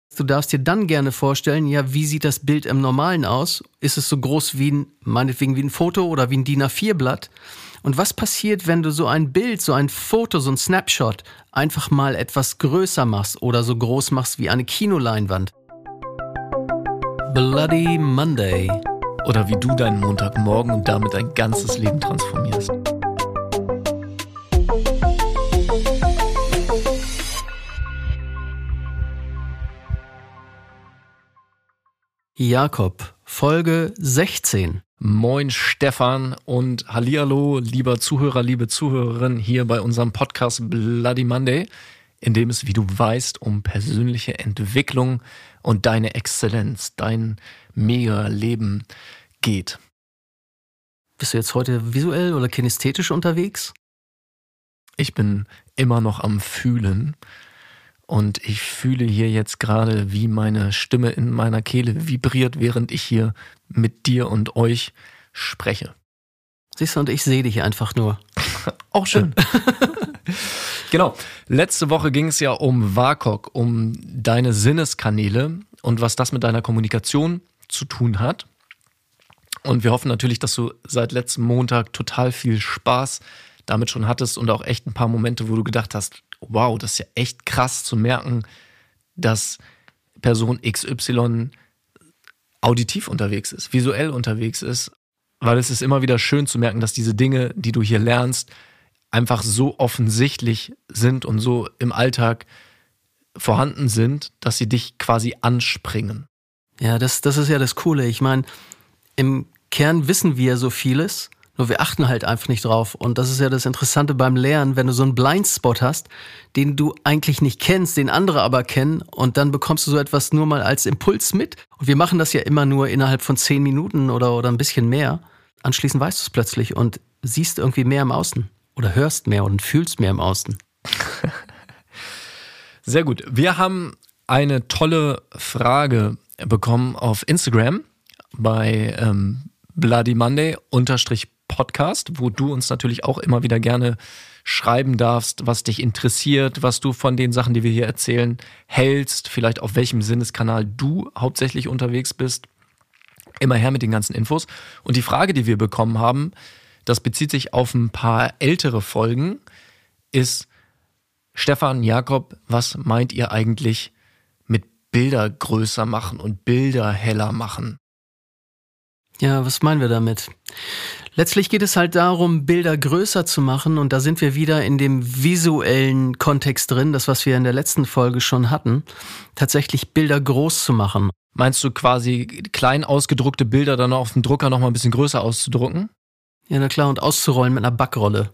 Du darfst dir dann gerne vorstellen, ja, wie sieht das Bild im Normalen aus? Ist es so groß meinetwegen wie ein Foto oder wie ein DIN A4-Blatt? Und was passiert, wenn du so ein Bild, so ein Foto, so ein Snapshot einfach mal etwas größer machst oder so groß machst wie eine Kinoleinwand? Bloody Monday. Oder wie du deinen Montagmorgen und damit dein ganzes Leben transformierst. Jakob, Folge 16. Moin Stefan und hallihallo, lieber Zuhörer, liebe Zuhörerin, hier bei unserem Podcast Bloody Monday, in dem es, wie du weißt, um persönliche Entwicklung und deine Exzellenz, dein Mega-Leben geht. Bist du jetzt heute visuell oder kinästhetisch unterwegs? Ich bin immer noch am Fühlen. Und ich fühle hier jetzt gerade, wie meine Stimme in meiner Kehle vibriert, während ich hier mit dir und euch spreche. Siehst du, und ich sehe dich einfach nur. Auch schön. Genau. Letzte Woche ging es ja um WAKOK, um deine Sinneskanäle und was das mit deiner Kommunikation zu tun hat. Und wir hoffen natürlich, dass du seit letztem Montag total viel Spaß damit schon hattest und auch echt ein paar Momente, wo du gedacht hast, wow, das ist ja echt krass zu merken, dass Person XY auditiv unterwegs ist, visuell unterwegs ist, weil es ist immer wieder schön zu merken, dass diese Dinge, die du hier lernst, einfach so offensichtlich sind und so im Alltag vorhanden sind, dass sie dich quasi anspringen. Ja, das ist ja das Coole. Ich meine, im Kern wissen wir so vieles, nur wir achten halt einfach nicht drauf. Und das ist ja das Interessante beim Lernen, wenn du so einen Blindspot hast, den du eigentlich nicht kennst, den andere aber kennen, und dann bekommst du so etwas nur mal als Impuls mit. Und wir machen das ja immer nur innerhalb von 10 Minuten oder ein bisschen mehr. Anschließend weißt du es plötzlich und siehst irgendwie mehr im Außen oder hörst mehr und fühlst mehr im Außen. Sehr gut. Wir haben eine tolle Frage bekommen auf Instagram bei Bloody Monday _Podcast, wo du uns natürlich auch immer wieder gerne schreiben darfst, was dich interessiert, was du von den Sachen, die wir hier erzählen, hältst, vielleicht auf welchem Sinneskanal du hauptsächlich unterwegs bist. Immer her mit den ganzen Infos. Und die Frage, die wir bekommen haben, das bezieht sich auf ein paar ältere Folgen, ist: Stefan, Jakob, was meint ihr eigentlich mit Bilder größer machen und Bilder heller machen? Ja, was meinen wir damit? Letztlich geht es halt darum, Bilder größer zu machen, und da sind wir wieder in dem visuellen Kontext drin, das, was wir in der letzten Folge schon hatten, tatsächlich Bilder groß zu machen. Meinst du quasi klein ausgedruckte Bilder dann auf dem Drucker noch mal ein bisschen größer auszudrucken? Ja, na klar, und auszurollen mit einer Backrolle.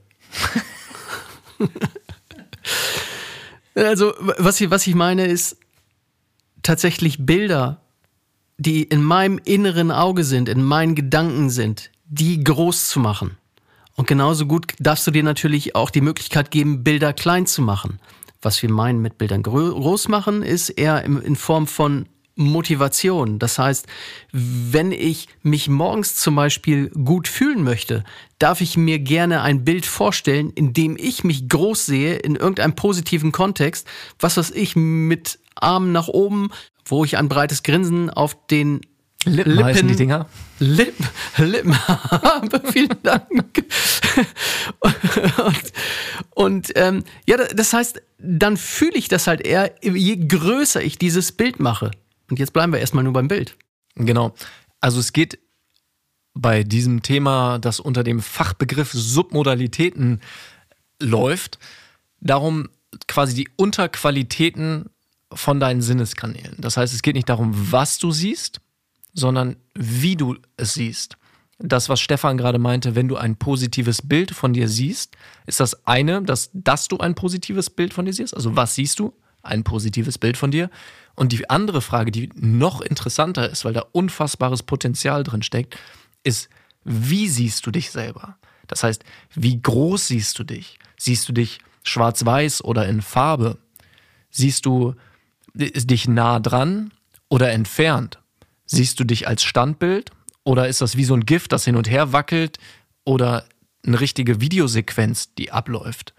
Also, was ich meine, ist tatsächlich Bilder, die in meinem inneren Auge sind, in meinen Gedanken sind, die groß zu machen. Und genauso gut darfst du dir natürlich auch die Möglichkeit geben, Bilder klein zu machen. Was wir meinen mit Bildern groß machen, ist eher in Form von Motivation. Das heißt, wenn ich mich morgens zum Beispiel gut fühlen möchte, darf ich mir gerne ein Bild vorstellen, in dem ich mich groß sehe, in irgendeinem positiven Kontext, was weiß ich, mit Armen nach oben, wo ich ein breites Grinsen auf den Lippen heißen die Dinger. Lippen habe, vielen Dank. Ja, das heißt, dann fühle ich das halt eher, je größer ich dieses Bild mache. Und jetzt bleiben wir erstmal nur beim Bild. Genau. Also es geht bei diesem Thema, das unter dem Fachbegriff Submodalitäten läuft, darum quasi die Unterqualitäten von deinen Sinneskanälen. Das heißt, es geht nicht darum, was du siehst, sondern wie du es siehst. Das, was Stefan gerade meinte, wenn du ein positives Bild von dir siehst, ist das eine, dass du ein positives Bild von dir siehst. Also was siehst du? Ein positives Bild von dir. Und die andere Frage, die noch interessanter ist, weil da unfassbares Potenzial drin steckt, ist, wie siehst du dich selber? Das heißt, wie groß siehst du dich? Siehst du dich schwarz-weiß oder in Farbe? Siehst du dich nah dran oder entfernt? Siehst du dich als Standbild oder ist das wie so ein GIF, das hin und her wackelt, oder eine richtige Videosequenz, die abläuft?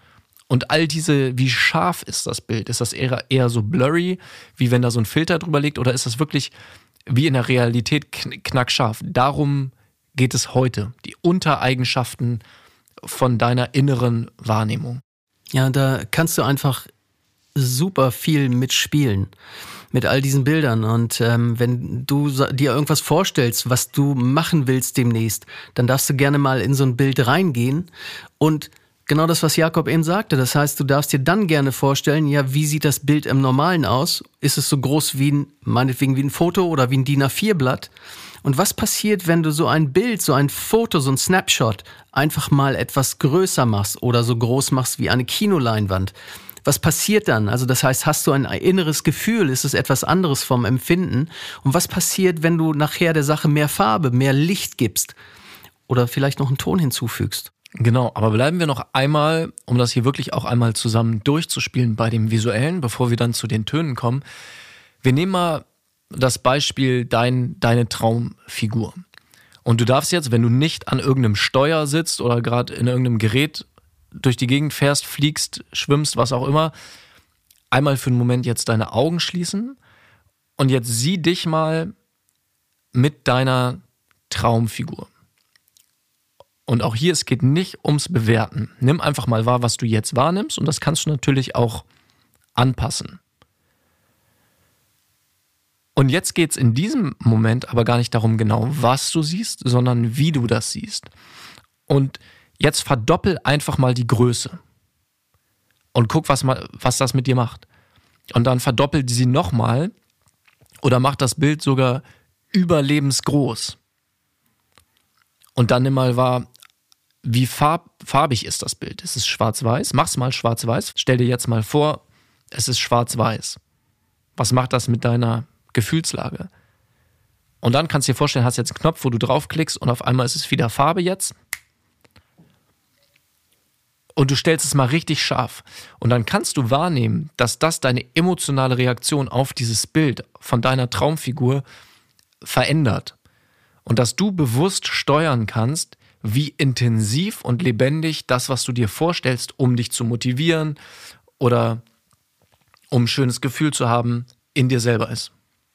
Und all diese, wie scharf ist das Bild? Ist das eher so blurry, wie wenn da so ein Filter drüber liegt? Oder ist das wirklich wie in der Realität knackscharf? Darum geht es heute. Die Untereigenschaften von deiner inneren Wahrnehmung. Ja, da kannst du einfach super viel mitspielen mit all diesen Bildern. Und wenn du dir irgendwas vorstellst, was du machen willst demnächst, dann darfst du gerne mal in so ein Bild reingehen und genau das, was Jakob eben sagte. Das heißt, du darfst dir dann gerne vorstellen, ja, wie sieht das Bild im Normalen aus? Ist es so groß meinetwegen wie ein Foto oder wie ein DIN A4-Blatt? Und was passiert, wenn du so ein Bild, so ein Foto, so ein Snapshot einfach mal etwas größer machst oder so groß machst wie eine Kinoleinwand? Was passiert dann? Also das heißt, hast du ein inneres Gefühl? Ist es etwas anderes vom Empfinden? Und was passiert, wenn du nachher der Sache mehr Farbe, mehr Licht gibst? Oder vielleicht noch einen Ton hinzufügst? Genau, aber bleiben wir noch einmal, um das hier wirklich auch einmal zusammen durchzuspielen bei dem Visuellen, bevor wir dann zu den Tönen kommen. Wir nehmen mal das Beispiel deine Traumfigur. Und du darfst jetzt, wenn du nicht an irgendeinem Steuer sitzt oder gerade in irgendeinem Gerät durch die Gegend fährst, fliegst, schwimmst, was auch immer, einmal für einen Moment jetzt deine Augen schließen und jetzt sieh dich mal mit deiner Traumfigur. Und auch hier, es geht nicht ums Bewerten. Nimm einfach mal wahr, was du jetzt wahrnimmst und das kannst du natürlich auch anpassen. Und jetzt geht es in diesem Moment aber gar nicht darum genau, was du siehst, sondern wie du das siehst. Und jetzt verdoppel einfach mal die Größe und guck, was das mit dir macht. Und dann verdoppel sie nochmal oder mach das Bild sogar überlebensgroß. Und dann nimm mal wahr, wie farbig ist das Bild? Ist es schwarz-weiß? Mach's mal schwarz-weiß. Stell dir jetzt mal vor, es ist schwarz-weiß. Was macht das mit deiner Gefühlslage? Und dann kannst du dir vorstellen, hast jetzt einen Knopf, wo du draufklickst und auf einmal ist es wieder Farbe jetzt. Und du stellst es mal richtig scharf. Und dann kannst du wahrnehmen, dass das deine emotionale Reaktion auf dieses Bild von deiner Traumfigur verändert. Und dass du bewusst steuern kannst, wie intensiv und lebendig das, was du dir vorstellst, um dich zu motivieren oder um ein schönes Gefühl zu haben, in dir selber ist.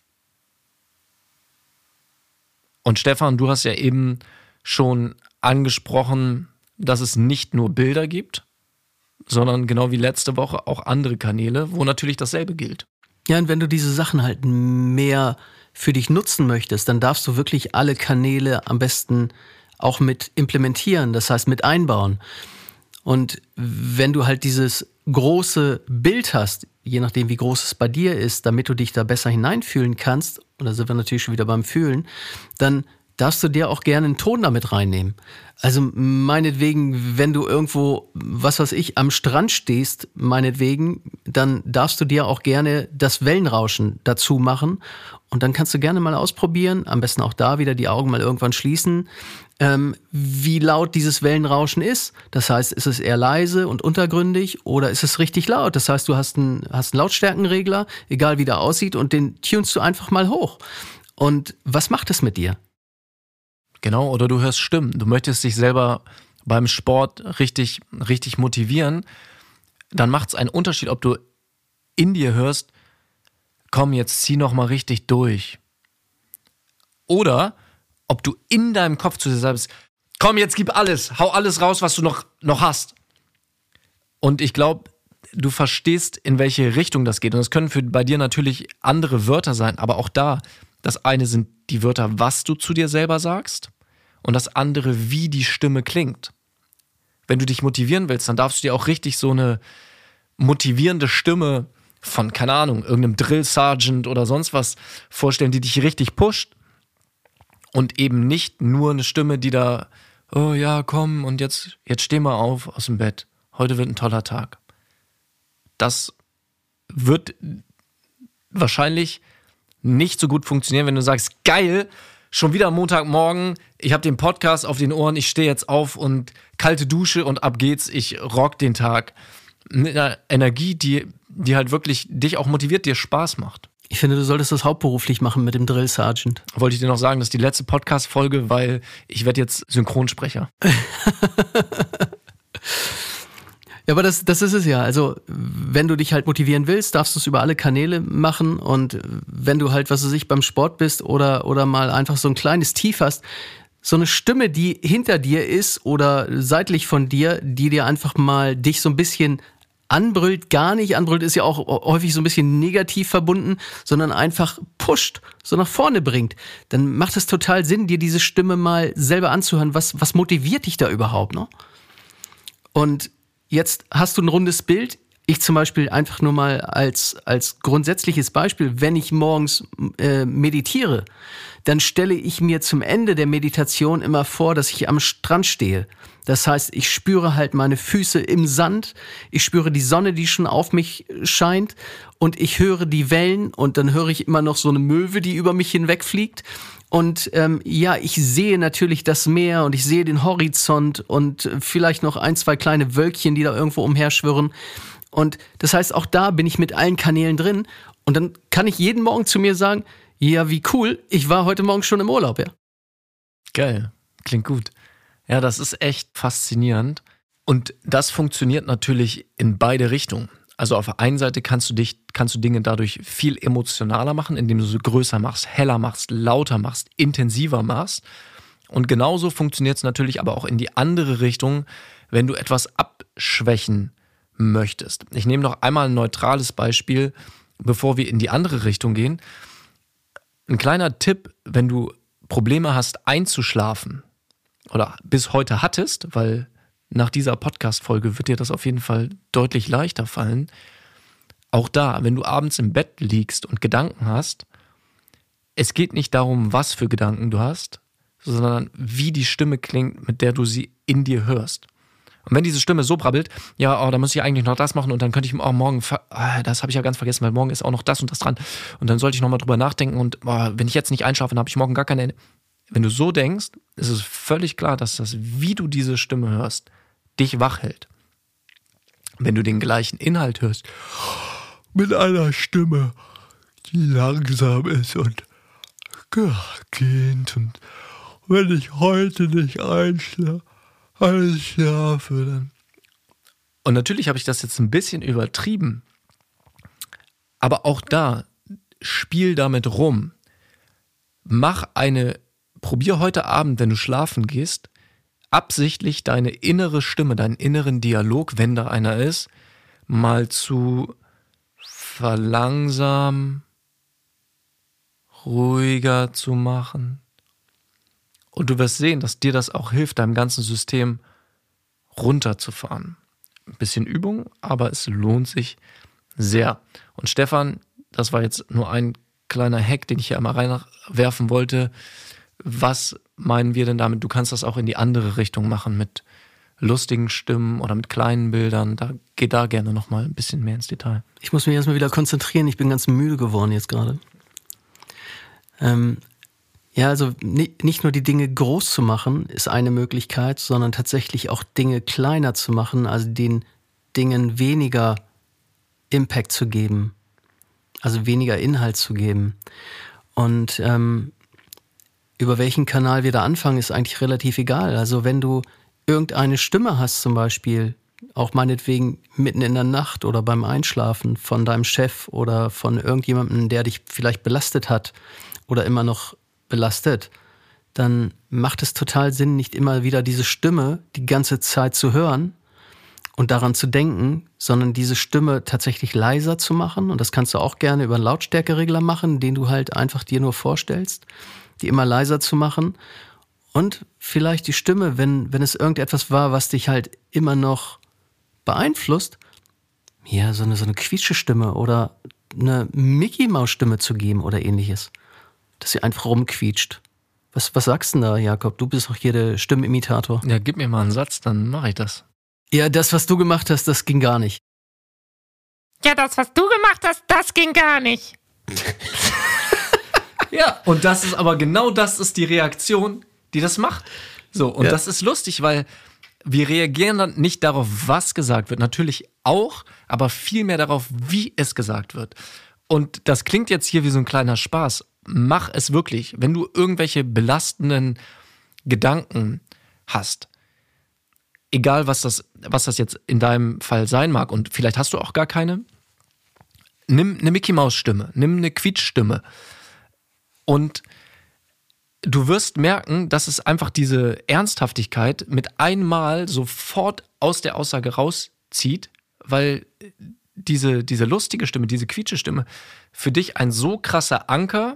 Und Stefan, du hast ja eben schon angesprochen, dass es nicht nur Bilder gibt, sondern genau wie letzte Woche auch andere Kanäle, wo natürlich dasselbe gilt. Ja, und wenn du diese Sachen halt mehr für dich nutzen möchtest, dann darfst du wirklich alle Kanäle am besten auch mit implementieren, das heißt mit einbauen. Und wenn du halt dieses große Bild hast, je nachdem wie groß es bei dir ist, damit du dich da besser hineinfühlen kannst, und da sind wir natürlich schon wieder beim Fühlen, dann darfst du dir auch gerne einen Ton damit reinnehmen. Also meinetwegen, wenn du irgendwo, was weiß ich, am Strand stehst, meinetwegen, dann darfst du dir auch gerne das Wellenrauschen dazu machen und dann kannst du gerne mal ausprobieren, am besten auch da wieder die Augen mal irgendwann schließen, wie laut dieses Wellenrauschen ist. Das heißt, ist es eher leise und untergründig oder ist es richtig laut? Das heißt, du hast einen Lautstärkenregler, egal wie der aussieht, und den tunst du einfach mal hoch. Und was macht es mit dir? Genau, oder du hörst Stimmen. Du möchtest dich selber beim Sport richtig motivieren. Dann macht es einen Unterschied, ob du in dir hörst, komm, jetzt zieh noch mal richtig durch. Oder ob du in deinem Kopf zu dir selbst, komm, jetzt gib alles, hau alles raus, was du noch hast. Und ich glaube, du verstehst, in welche Richtung das geht. Und es können bei dir natürlich andere Wörter sein, aber auch da, das eine sind die Wörter, was du zu dir selber sagst, und das andere, wie die Stimme klingt. Wenn du dich motivieren willst, dann darfst du dir auch richtig so eine motivierende Stimme von, keine Ahnung, irgendeinem Drill Sergeant oder sonst was vorstellen, die dich richtig pusht. Und eben nicht nur eine Stimme, die da, oh ja, komm, und jetzt steh mal auf aus dem Bett. Heute wird ein toller Tag. Das wird wahrscheinlich nicht so gut funktionieren, wenn du sagst, geil, schon wieder Montagmorgen, ich habe den Podcast auf den Ohren, ich stehe jetzt auf und kalte Dusche und ab geht's, ich rock den Tag. Mit einer Energie, die halt wirklich dich auch motiviert, dir Spaß macht. Ich finde, du solltest das hauptberuflich machen mit dem Drill Sergeant. Wollte ich dir noch sagen, das ist die letzte Podcast-Folge, weil ich werde jetzt Synchronsprecher. Ja, aber das ist es ja. Also, wenn du dich halt motivieren willst, darfst du es über alle Kanäle machen. Und wenn du halt, was weiß ich, beim Sport bist oder mal einfach so ein kleines Tief hast, so eine Stimme, die hinter dir ist oder seitlich von dir, die dir einfach mal dich so ein bisschen anbrüllt, gar nicht anbrüllt, ist ja auch häufig so ein bisschen negativ verbunden, sondern einfach pusht, so nach vorne bringt, dann macht es total Sinn, dir diese Stimme mal selber anzuhören. Was motiviert dich da überhaupt, ne? Und jetzt hast du ein rundes Bild. Ich zum Beispiel einfach nur mal als grundsätzliches Beispiel, wenn ich morgens meditiere, dann stelle ich mir zum Ende der Meditation immer vor, dass ich am Strand stehe. Das heißt, ich spüre halt meine Füße im Sand, ich spüre die Sonne, die schon auf mich scheint und ich höre die Wellen und dann höre ich immer noch so eine Möwe, die über mich hinwegfliegt. Und ich sehe natürlich das Meer und ich sehe den Horizont und vielleicht noch 1, 2 kleine Wölkchen, die da irgendwo umherschwirren. Und das heißt, auch da bin ich mit allen Kanälen drin. Und dann kann ich jeden Morgen zu mir sagen, ja, wie cool, ich war heute Morgen schon im Urlaub, ja. Geil, klingt gut. Ja, das ist echt faszinierend. Und das funktioniert natürlich in beide Richtungen. Also auf der einen Seite kannst du Dinge dadurch viel emotionaler machen, indem du sie größer machst, heller machst, lauter machst, intensiver machst. Und genauso funktioniert es natürlich aber auch in die andere Richtung, wenn du etwas abschwächen möchtest. Ich nehme noch einmal ein neutrales Beispiel, bevor wir in die andere Richtung gehen. Ein kleiner Tipp, wenn du Probleme hast einzuschlafen oder bis heute hattest, weil nach dieser Podcast-Folge wird dir das auf jeden Fall deutlich leichter fallen. Auch da, wenn du abends im Bett liegst und Gedanken hast, es geht nicht darum, was für Gedanken du hast, sondern wie die Stimme klingt, mit der du sie in dir hörst. Und wenn diese Stimme so brabbelt, ja, da muss ich eigentlich noch das machen und dann könnte ich morgen, das habe ich ja ganz vergessen, weil morgen ist auch noch das und das dran und dann sollte ich nochmal drüber nachdenken und wenn ich jetzt nicht einschlafe, dann habe ich morgen gar keine. Wenn du so denkst, ist es völlig klar, dass das, wie du diese Stimme hörst, dich wach hält. Wenn du den gleichen Inhalt hörst, mit einer Stimme, die langsam ist und geht und wenn ich heute nicht einschlafe, dann. Und natürlich habe ich das jetzt ein bisschen übertrieben, aber auch da, spiel damit rum. Probier heute Abend, wenn du schlafen gehst, absichtlich deine innere Stimme, deinen inneren Dialog, wenn da einer ist, mal zu verlangsamen, ruhiger zu machen. Und du wirst sehen, dass dir das auch hilft, deinem ganzen System runterzufahren. Ein bisschen Übung, aber es lohnt sich sehr. Und Stefan, das war jetzt nur ein kleiner Hack, den ich hier einmal reinwerfen wollte. Was meinen wir denn damit? Du kannst das auch in die andere Richtung machen mit lustigen Stimmen oder mit kleinen Bildern. Geh da gerne nochmal ein bisschen mehr ins Detail. Ich muss mich erstmal wieder konzentrieren. Ich bin ganz müde geworden jetzt gerade. Also nicht nur die Dinge groß zu machen, ist eine Möglichkeit, sondern tatsächlich auch Dinge kleiner zu machen, also den Dingen weniger Impact zu geben, also weniger Inhalt zu geben. Und über welchen Kanal wir da anfangen, ist eigentlich relativ egal. Also wenn du irgendeine Stimme hast zum Beispiel, auch meinetwegen mitten in der Nacht oder beim Einschlafen von deinem Chef oder von irgendjemandem, der dich vielleicht belastet hat oder immer noch belastet, dann macht es total Sinn, nicht immer wieder diese Stimme die ganze Zeit zu hören und daran zu denken, sondern diese Stimme tatsächlich leiser zu machen. Und das kannst du auch gerne über einen Lautstärkeregler machen, den du halt einfach dir nur vorstellst, die immer leiser zu machen. Und vielleicht die Stimme, wenn es irgendetwas war, was dich halt immer noch beeinflusst, ja, so eine Quietschestimme oder eine Mickey-Maus-Stimme zu geben oder ähnliches. Dass sie einfach rumquietscht. Was sagst du denn da, Jakob? Du bist doch hier der Stimmenimitator. Ja, gib mir mal einen Satz, dann mache ich das. Ja, das, was du gemacht hast, das ging gar nicht. Ja, das, was du gemacht hast, das ging gar nicht. Ja, und das ist aber genau das ist die Reaktion, die das macht. So, und das ist lustig, weil wir reagieren dann nicht darauf, was gesagt wird. Natürlich auch, aber vielmehr darauf, wie es gesagt wird. Und das klingt jetzt hier wie so ein kleiner Spaß. Mach es wirklich. Wenn du irgendwelche belastenden Gedanken hast, egal was das jetzt in deinem Fall sein mag, und vielleicht hast du auch gar keine, nimm eine Mickey-Maus-Stimme, nimm eine Quietsch-Stimme und du wirst merken, dass es einfach diese Ernsthaftigkeit mit einmal sofort aus der Aussage rauszieht, weil diese lustige Stimme, diese Quietsche-Stimme für dich ein so krasser Anker,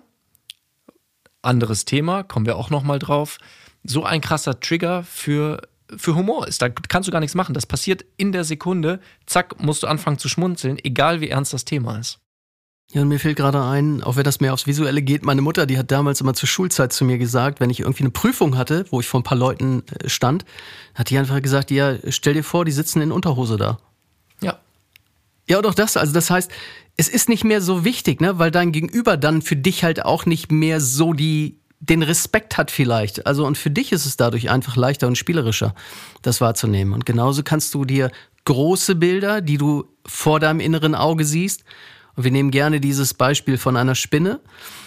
anderes Thema, kommen wir auch nochmal drauf, so ein krasser Trigger für Humor ist. Da kannst du gar nichts machen. Das passiert in der Sekunde. Zack, musst du anfangen zu schmunzeln, egal wie ernst das Thema ist. Ja, und mir fällt gerade ein, auch wenn das mehr aufs Visuelle geht, meine Mutter, die hat damals immer zur Schulzeit zu mir gesagt, wenn ich irgendwie eine Prüfung hatte, wo ich vor ein paar Leuten stand, hat die einfach gesagt, ja, stell dir vor, die sitzen in Unterhose da. Ja. Ja, und auch das, also das heißt, es ist nicht mehr so wichtig, ne, weil dein Gegenüber dann für dich halt auch nicht mehr so den Respekt hat vielleicht. Also und für dich ist es dadurch einfach leichter und spielerischer, das wahrzunehmen. Und genauso kannst du dir große Bilder, die du vor deinem inneren Auge siehst, und wir nehmen gerne dieses Beispiel von einer Spinne.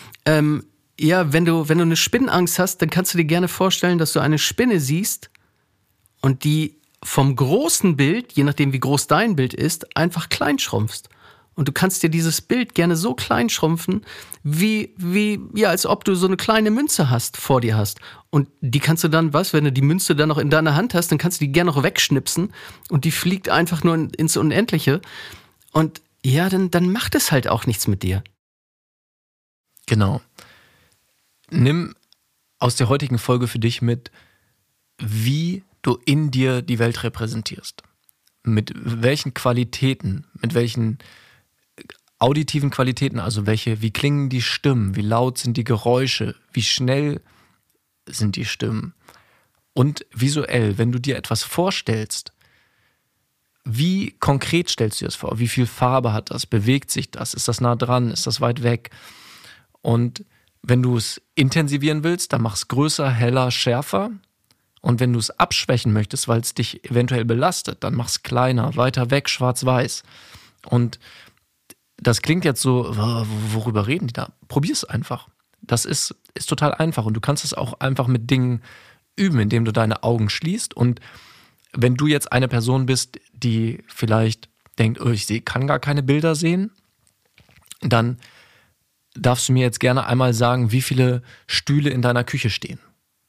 Ja, wenn du eine Spinnenangst hast, dann kannst du dir gerne vorstellen, dass du eine Spinne siehst und die vom großen Bild, je nachdem wie groß dein Bild ist, einfach klein schrumpfst. Und du kannst dir dieses Bild gerne so klein schrumpfen, wie als ob du so eine kleine Münze vor dir hast. Und die kannst du dann, wenn du die Münze dann noch in deiner Hand hast, dann kannst du die gerne noch wegschnipsen und die fliegt einfach nur ins Unendliche. Und ja, dann macht es halt auch nichts mit dir. Genau. Nimm aus der heutigen Folge für dich mit, wie du in dir die Welt repräsentierst. Mit welchen Qualitäten, mit welchen auditiven Qualitäten, also wie klingen die Stimmen, wie laut sind die Geräusche, wie schnell sind die Stimmen. Und visuell, wenn du dir etwas vorstellst, wie konkret stellst du dir das vor? Wie viel Farbe hat das? Bewegt sich das? Ist das nah dran? Ist das weit weg? Und wenn du es intensivieren willst, dann mach es größer, heller, schärfer. Und wenn du es abschwächen möchtest, weil es dich eventuell belastet, dann mach es kleiner, weiter weg, schwarz-weiß. Und das klingt jetzt so, worüber reden die da? Probier es einfach. Das ist total einfach. Und du kannst es auch einfach mit Dingen üben, indem du deine Augen schließt. Und wenn du jetzt eine Person bist, die vielleicht denkt, kann gar keine Bilder sehen, dann darfst du mir jetzt gerne einmal sagen, wie viele Stühle in deiner Küche stehen.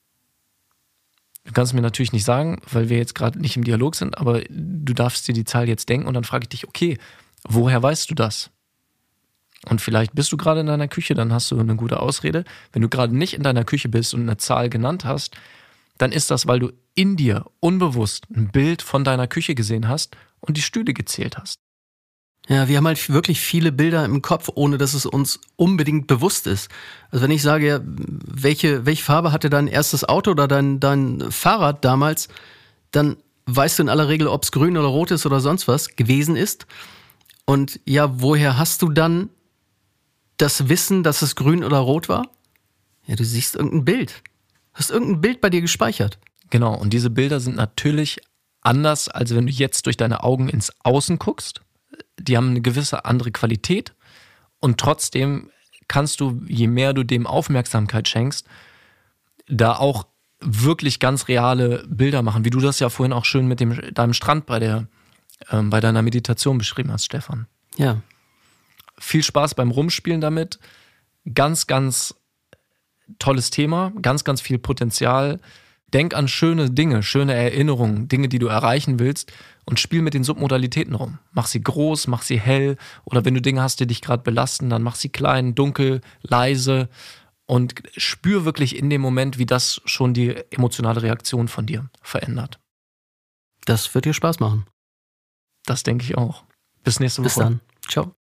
Du kannst mir natürlich nicht sagen, weil wir jetzt gerade nicht im Dialog sind, aber du darfst dir die Zahl jetzt denken und dann frage ich dich, okay, woher weißt du das? Und vielleicht bist du gerade in deiner Küche, dann hast du eine gute Ausrede. Wenn du gerade nicht in deiner Küche bist und eine Zahl genannt hast, dann ist das, weil du in dir unbewusst ein Bild von deiner Küche gesehen hast und die Stühle gezählt hast. Ja, wir haben halt wirklich viele Bilder im Kopf, ohne dass es uns unbedingt bewusst ist. Also wenn ich sage, welche Farbe hatte dein erstes Auto oder dein Fahrrad damals, dann weißt du in aller Regel, ob es grün oder rot ist oder sonst was gewesen ist. Und ja, woher hast du dann das Wissen, dass es grün oder rot war? Ja, du siehst irgendein Bild. Hast irgendein Bild bei dir gespeichert. Genau, und diese Bilder sind natürlich anders, als wenn du jetzt durch deine Augen ins Außen guckst. Die haben eine gewisse andere Qualität und trotzdem kannst du, je mehr du dem Aufmerksamkeit schenkst, da auch wirklich ganz reale Bilder machen, wie du das ja vorhin auch schön mit deinem Strand bei deiner Meditation beschrieben hast, Stefan. Ja. Viel Spaß beim Rumspielen damit. Ganz, ganz tolles Thema, ganz, ganz viel Potenzial. Denk an schöne Dinge, schöne Erinnerungen, Dinge, die du erreichen willst und spiel mit den Submodalitäten rum. Mach sie groß, mach sie hell oder wenn du Dinge hast, die dich gerade belasten, dann mach sie klein, dunkel, leise und spür wirklich in dem Moment, wie das schon die emotionale Reaktion von dir verändert. Das wird dir Spaß machen. Das denke ich auch. Bis nächste Woche. Bis dann. Ciao.